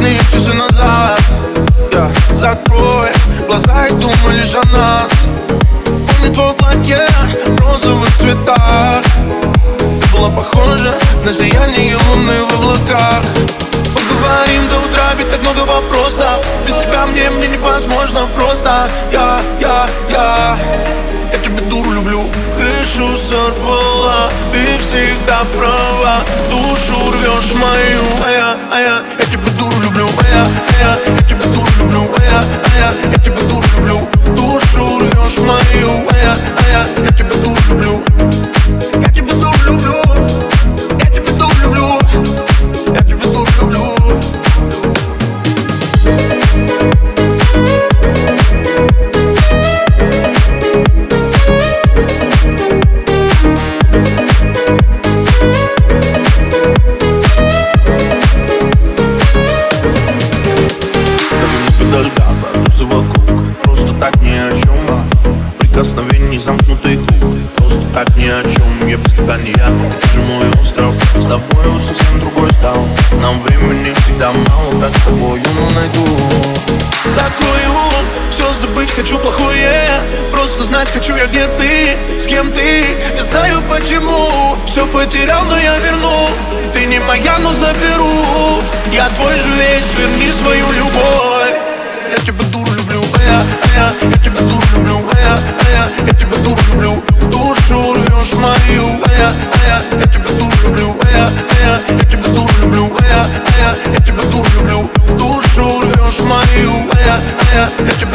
вечные часы назад. Закрой глаза и думай лишь о нас. Помню твое платье в розовых цветах. Ты была похожа на сияние луны в облаках. Поговорим до утра, ведь так много вопросов. Без тебя мне невозможно просто. Я тебя, дуру, люблю. Крышу сорвала, ты всегда права. Душу рвешь мою, я тебя, дуру, люблю. Я тебя, дуру, люблю. Я тебя, дуру, люблю. Душу рвешь мою, я тебя, дуру, люблю. Я тебя, дуру, люблю. Я тебя, дуру, люблю. Я тебя, дуру, люблю. Просто так ни о чем. Прикосновений замкнутый круг. Просто так ни о чем. Я без тебя не я, ты же мой остров. С тобою совсем другой стал. Нам времени всегда мало, так с тобою найду. Закрою, все забыть хочу плохое. Просто знать хочу я, где ты, с кем ты. Не знаю почему, все потерял, но я верну. Ты не моя, но заберу. Я твой же весь, верни свою любовь. Я тебя, дуру, люблю, я тебя, дуру, люблю, я тебя, дуру, люблю. Душу рвешь мою, я тебя, дуру, люблю, я тебя, дуру, люблю, я тебя, дуру, люблю. Душу рвешь мою, я тебя,